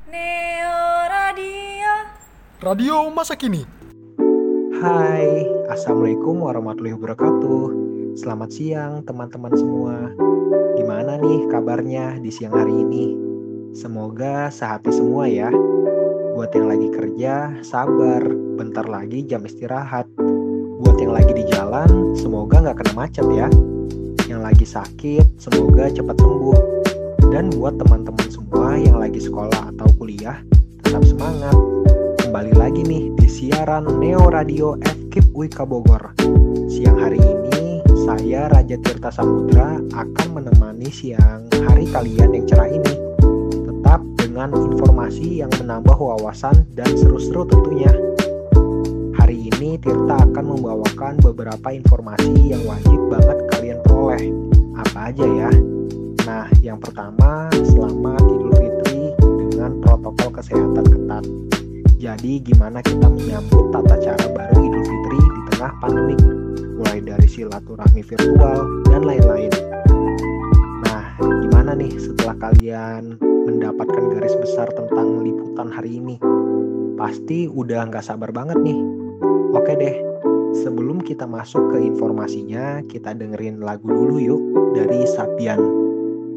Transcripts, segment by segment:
Neo Radio. Radio masa kini. Hai, Assalamualaikum warahmatullahi wabarakatuh. Selamat siang teman-teman semua. Gimana nih kabarnya di siang hari ini? Semoga sehati semua ya. Buat yang lagi kerja, sabar, bentar lagi jam istirahat. Buat yang lagi di jalan, semoga gak kena macet ya. Yang lagi sakit, semoga cepat sembuh. Dan buat teman-teman semua yang lagi sekolah atau kuliah, tetap semangat. Kembali lagi nih di siaran Neo Radio FKIP UIK Bogor. Siang hari ini, saya Raja Tirta Samudra akan menemani siang hari kalian yang cerah ini. Tetap dengan informasi yang menambah wawasan dan seru-seru tentunya. Hari ini Tirta akan membawakan beberapa informasi yang wajib banget kalian peroleh. Apa aja ya? Nah, yang pertama, selamat Idul Fitri dengan protokol kesehatan ketat. Jadi, gimana kita menyambut tata cara baru Idul Fitri di tengah pandemik, mulai dari silaturahmi virtual dan lain-lain. Nah, gimana nih setelah kalian mendapatkan garis besar tentang liputan hari ini? Pasti udah nggak sabar banget nih. Oke deh, sebelum kita masuk ke informasinya, kita dengerin lagu dulu yuk dari Sapian.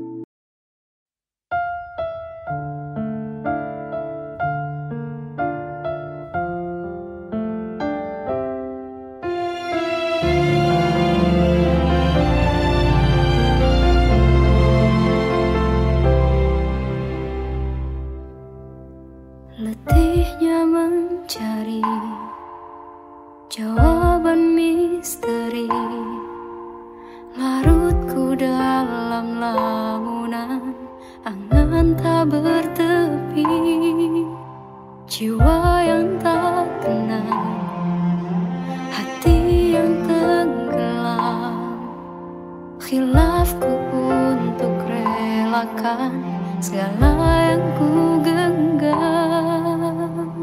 Letihnya mencari jawaban misteri, larutku dalam lamunan angan tak bertepi. Jiwa yang tak tenang, hati yang tenggelam, khilafku untuk relakan segala yang ku genggam.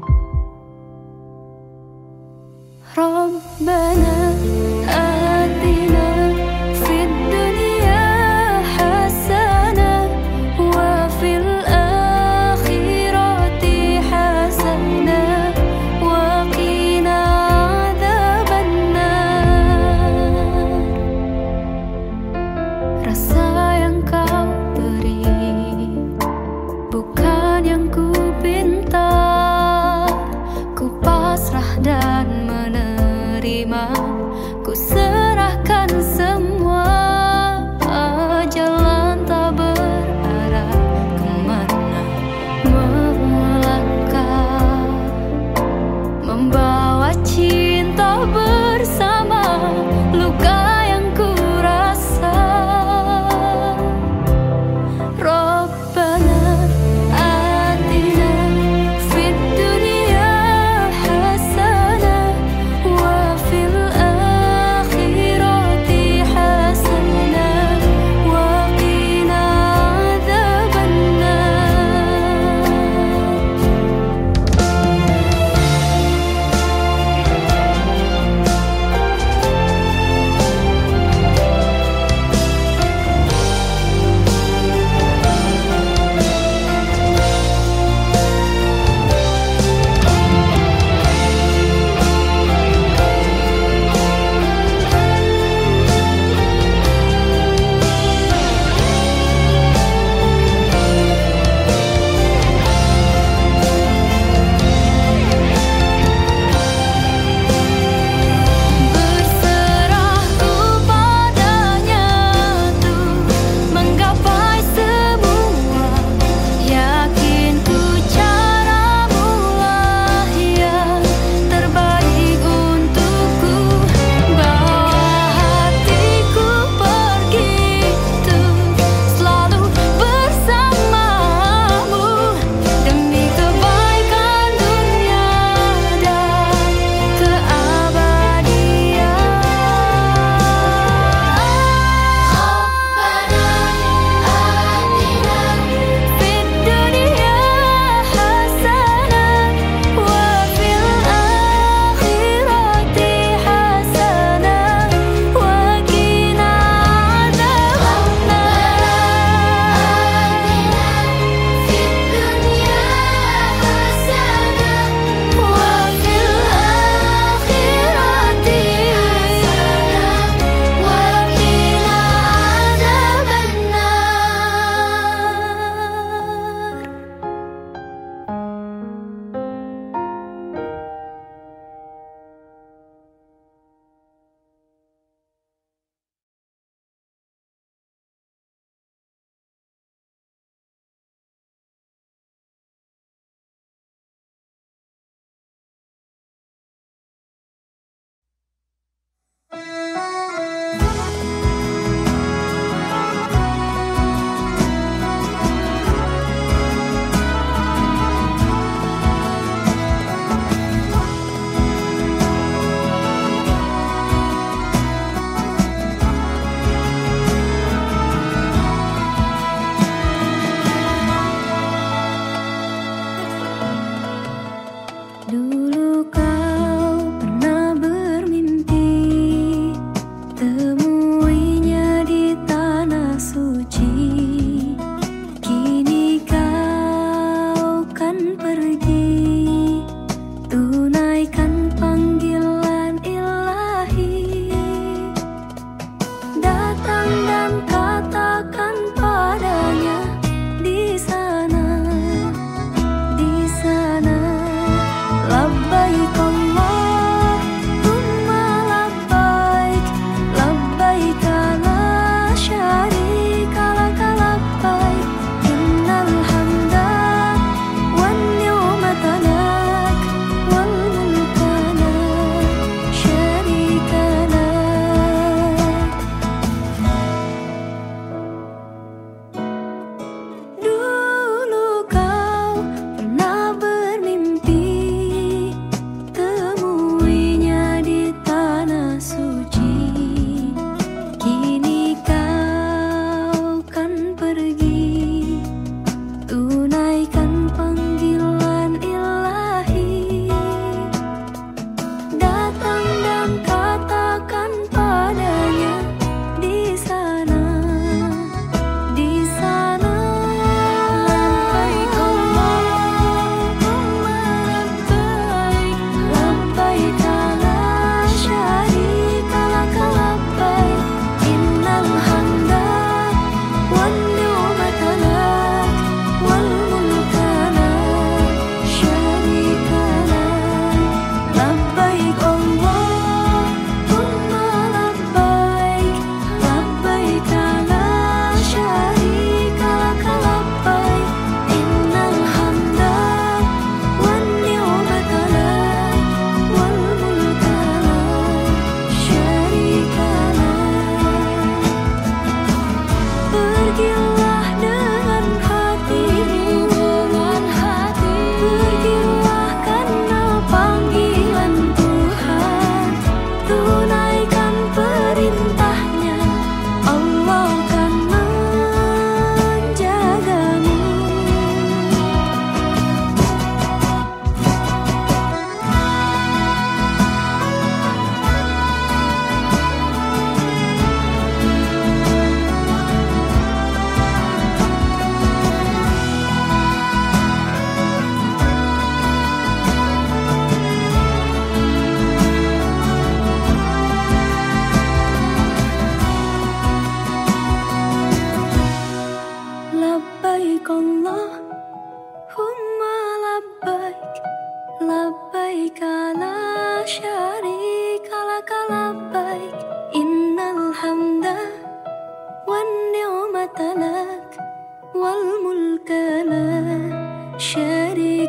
Rabbana atina fid dunya hasanah wa fil akhirati hasanah wa qina adzabannar. Rasa yang kau beri bukan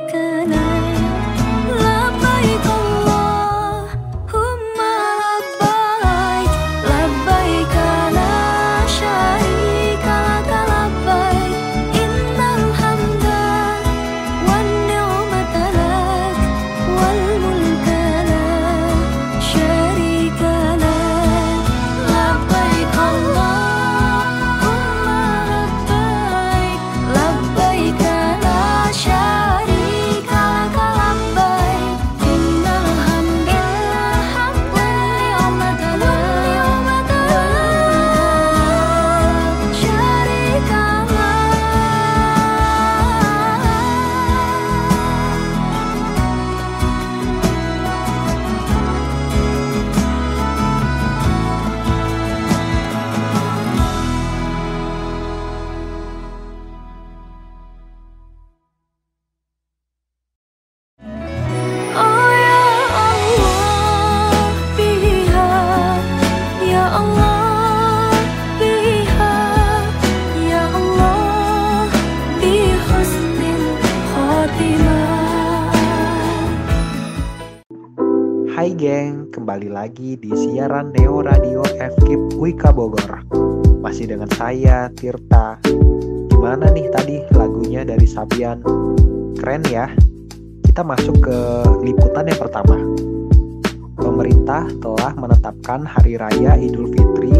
Hai geng, kembali lagi di siaran Neo Radio FKIP Wika Bogor. Masih dengan saya, Tirta. Gimana nih tadi lagunya dari Sabian? Keren ya? Kita masuk ke liputan yang pertama. Pemerintah telah menetapkan Hari Raya Idul Fitri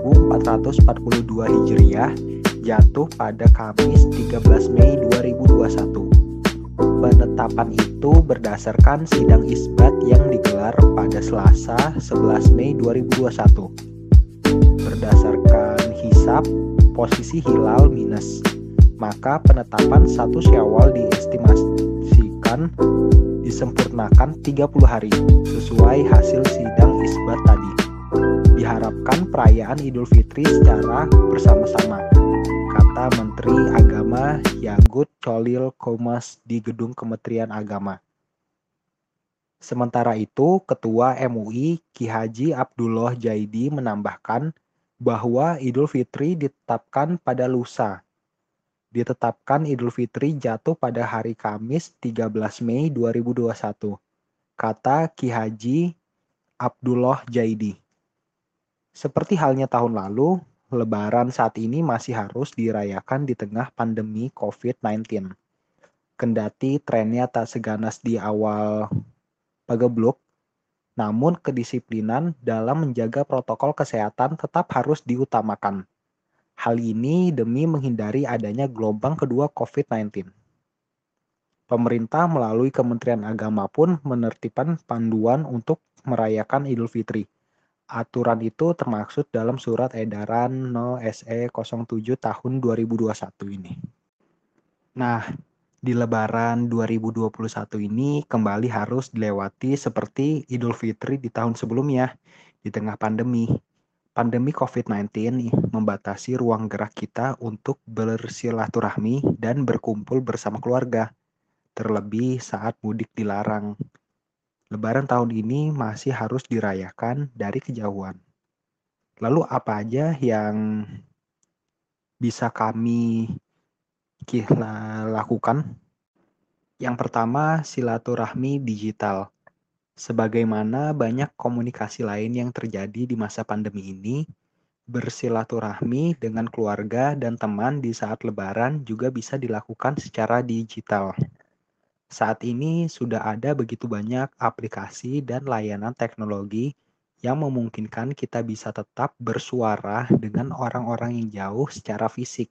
1442 Hijriah jatuh pada Kamis 13 Mei 2021. Penetapan itu berdasarkan sidang isbat yang digelar pada Selasa 11 Mei 2021. Berdasarkan hisab posisi hilal minus, maka penetapan 1 Syawal diestimasikan disempurnakan 30 hari sesuai hasil sidang isbat tadi. Diharapkan perayaan Idul Fitri secara bersama-sama, kata Menteri Agama Yagut Cholil Qomas di Gedung Kementerian Agama. Sementara itu, Ketua MUI Ki Haji Abdullah Jaidi menambahkan bahwa Idul Fitri ditetapkan pada lusa. Ditetapkan Idul Fitri jatuh pada hari Kamis 13 Mei 2021, kata Ki Haji Abdullah Jaidi. Seperti halnya tahun lalu, Lebaran saat ini masih harus dirayakan di tengah pandemi COVID-19. Kendati trennya tak seganas di awal pagebluk, namun kedisiplinan dalam menjaga protokol kesehatan tetap harus diutamakan. Hal ini demi menghindari adanya gelombang kedua COVID-19. Pemerintah melalui Kementerian Agama pun menertibkan panduan untuk merayakan Idul Fitri. Aturan itu termaksud dalam Surat Edaran No. SE 07 tahun 2021 ini. Nah, di Lebaran 2021 ini kembali harus dilewati seperti Idul Fitri di tahun sebelumnya, di tengah pandemi. Pandemi COVID-19 membatasi ruang gerak kita untuk bersilaturahmi dan berkumpul bersama keluarga, terlebih saat mudik dilarang. Lebaran tahun ini masih harus dirayakan dari kejauhan. Lalu apa aja yang bisa kami lakukan? Yang pertama, silaturahmi digital. Sebagaimana banyak komunikasi lain yang terjadi di masa pandemi ini, bersilaturahmi dengan keluarga dan teman di saat Lebaran juga bisa dilakukan secara digital. Saat ini sudah ada begitu banyak aplikasi dan layanan teknologi yang memungkinkan kita bisa tetap bersuara dengan orang-orang yang jauh secara fisik.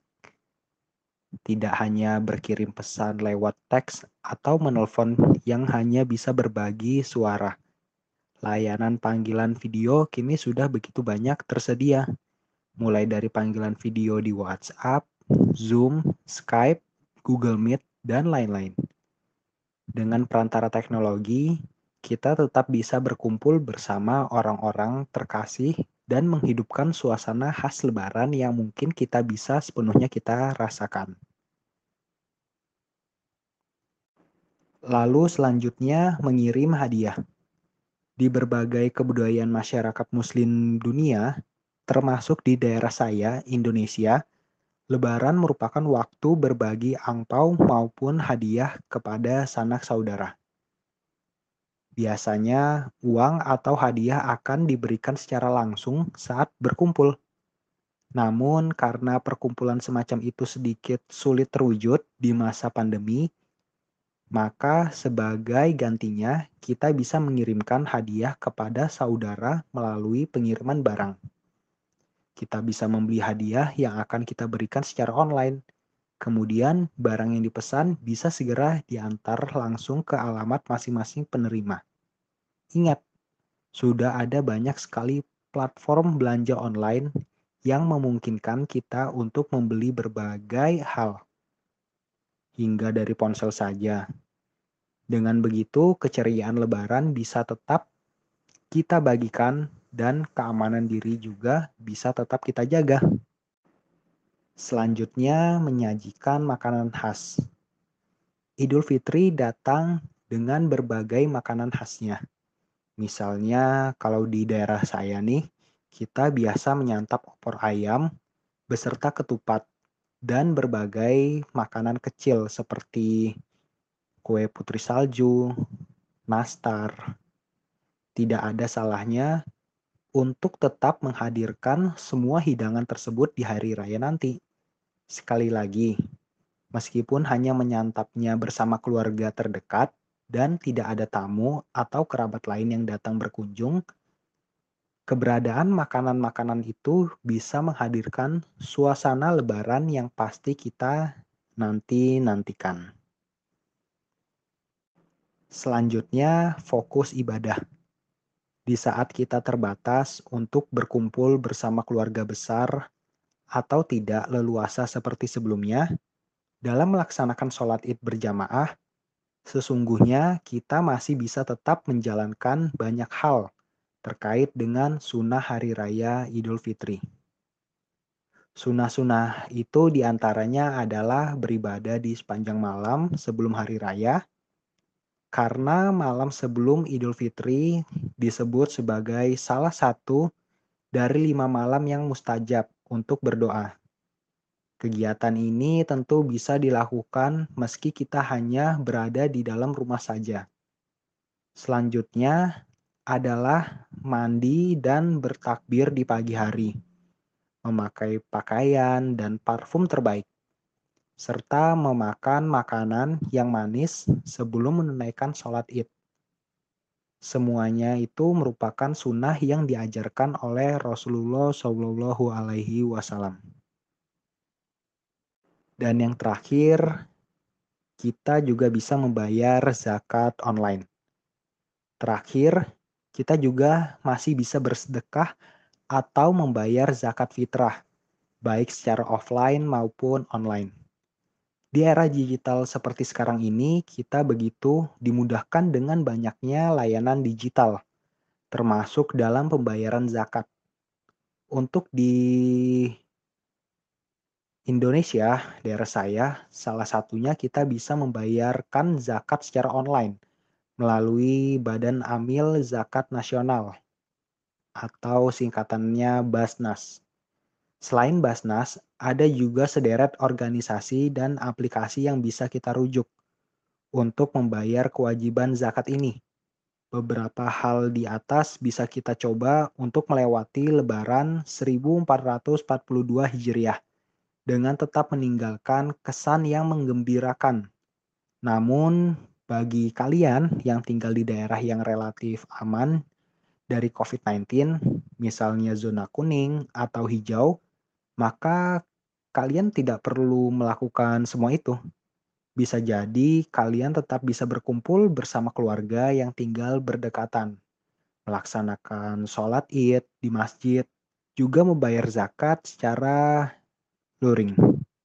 Tidak hanya berkirim pesan lewat teks atau menelpon yang hanya bisa berbagi suara. Layanan panggilan video kini sudah begitu banyak tersedia, mulai dari panggilan video di WhatsApp, Zoom, Skype, Google Meet, dan lain-lain. Dengan perantara teknologi, kita tetap bisa berkumpul bersama orang-orang terkasih dan menghidupkan suasana khas Lebaran yang mungkin kita bisa sepenuhnya kita rasakan. Lalu selanjutnya mengirim hadiah. Di berbagai kebudayaan masyarakat Muslim dunia, termasuk di daerah saya, Indonesia, Lebaran merupakan waktu berbagi angpau maupun hadiah kepada sanak saudara. Biasanya, uang atau hadiah akan diberikan secara langsung saat berkumpul. Namun, karena perkumpulan semacam itu sedikit sulit terwujud di masa pandemi, maka sebagai gantinya kita bisa mengirimkan hadiah kepada saudara melalui pengiriman barang. Kita bisa membeli hadiah yang akan kita berikan secara online. Kemudian, barang yang dipesan bisa segera diantar langsung ke alamat masing-masing penerima. Ingat, sudah ada banyak sekali platform belanja online yang memungkinkan kita untuk membeli berbagai hal, hingga dari ponsel saja. Dengan begitu, keceriaan Lebaran bisa tetap kita bagikan dan keamanan diri juga bisa tetap kita jaga. Selanjutnya, menyajikan makanan khas. Idul Fitri datang dengan berbagai makanan khasnya. Misalnya, kalau di daerah saya nih, kita biasa menyantap opor ayam beserta ketupat dan berbagai makanan kecil seperti kue putri salju, nastar. Tidak ada salahnya untuk tetap menghadirkan semua hidangan tersebut di hari raya nanti. Sekali lagi, meskipun hanya menyantapnya bersama keluarga terdekat dan tidak ada tamu atau kerabat lain yang datang berkunjung, keberadaan makanan-makanan itu bisa menghadirkan suasana Lebaran yang pasti kita nantikan. Selanjutnya, fokus ibadah. Di saat kita terbatas untuk berkumpul bersama keluarga besar atau tidak leluasa seperti sebelumnya, dalam melaksanakan sholat Id berjamaah, sesungguhnya kita masih bisa tetap menjalankan banyak hal terkait dengan sunnah hari raya Idul Fitri. Sunnah-sunnah itu diantaranya adalah beribadah di sepanjang malam sebelum hari raya, karena malam sebelum Idul Fitri disebut sebagai salah satu dari 5 malam yang mustajab untuk berdoa. Kegiatan ini tentu bisa dilakukan meski kita hanya berada di dalam rumah saja. Selanjutnya adalah mandi dan bertakbir di pagi hari, memakai pakaian dan parfum terbaik, serta memakan makanan yang manis sebelum menunaikan sholat Id. Semuanya itu merupakan sunnah yang diajarkan oleh Rasulullah Shallallahu Alaihi Wasallam. Dan yang terakhir, kita juga bisa membayar zakat online. Terakhir, kita juga masih bisa bersedekah atau membayar zakat fitrah, baik secara offline maupun online. Di era digital seperti sekarang ini, kita begitu dimudahkan dengan banyaknya layanan digital, termasuk dalam pembayaran zakat. Untuk di Indonesia, daerah saya, salah satunya kita bisa membayarkan zakat secara online melalui Badan Amil Zakat Nasional atau singkatannya Basnas. Selain Basnas, ada juga sederet organisasi dan aplikasi yang bisa kita rujuk untuk membayar kewajiban zakat ini. Beberapa hal di atas bisa kita coba untuk melewati Lebaran 1442 Hijriah dengan tetap meninggalkan kesan yang menggembirakan. Namun, bagi kalian yang tinggal di daerah yang relatif aman dari COVID-19, misalnya zona kuning atau hijau, maka kalian tidak perlu melakukan semua itu. Bisa jadi kalian tetap bisa berkumpul bersama keluarga yang tinggal berdekatan, melaksanakan sholat Id di masjid, juga membayar zakat secara luring.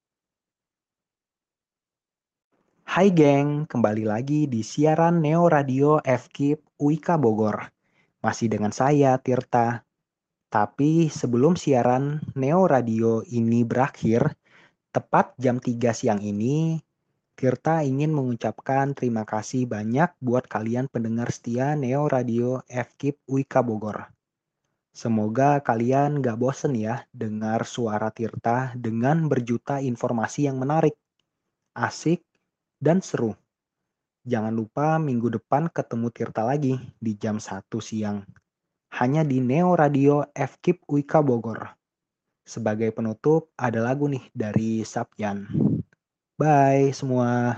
Hai geng, kembali lagi di siaran Neo Radio FKIP UIK Bogor. Masih dengan saya, Tirta. Tapi sebelum siaran Neo Radio ini berakhir, tepat jam 3 siang ini, Tirta ingin mengucapkan terima kasih banyak buat kalian pendengar setia Neo Radio FKIP UIK Bogor. Semoga kalian gak bosen ya dengar suara Tirta dengan berjuta informasi yang menarik, asik, dan seru. Jangan lupa minggu depan ketemu Tirta lagi di jam 1 siang. Hanya di Neo Radio FKIP Wika Bogor. Sebagai penutup ada lagu nih dari Sapyan. Bye semua.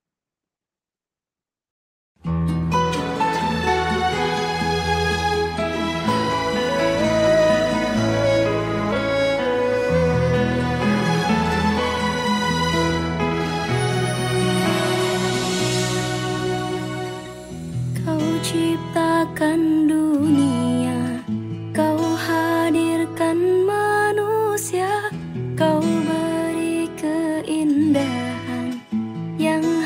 Kau ciptakan dunia, kau hadirkan manusia, kau beri keindahan yang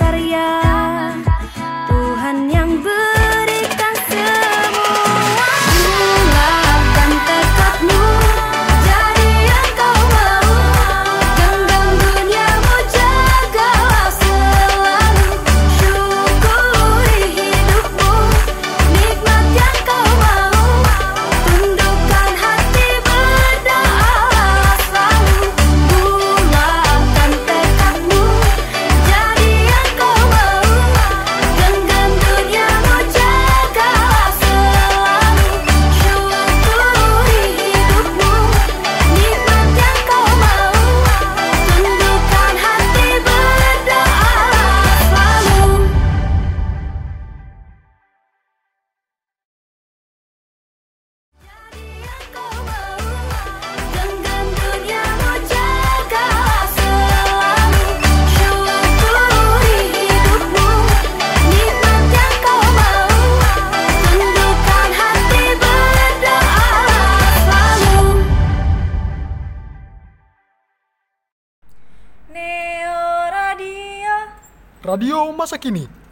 karya Tuhan yang berikan semua. Bulatkan tekadmu, jadi yang kau mau. Genggam duniamu, jagalah selalu. Syukuri hidupmu, nikmat yang kau mau. Tundukkan hati, berdoalah selalu. Bulatkan tekadmu, jadi yang kau mau. Genggam duniamu, jagalah selalu. Syukuri hidupmu, nikmat yang kau mau. Tundukkan hati, berdoalah selalu. Jadi yang kau mau. Genggam duniamu, jagalah selalu. Syukuri hidupmu, nikmat yang kau mau. Tundukkan hati, berdoalah selalu. Neo Radio. Radio masa kini.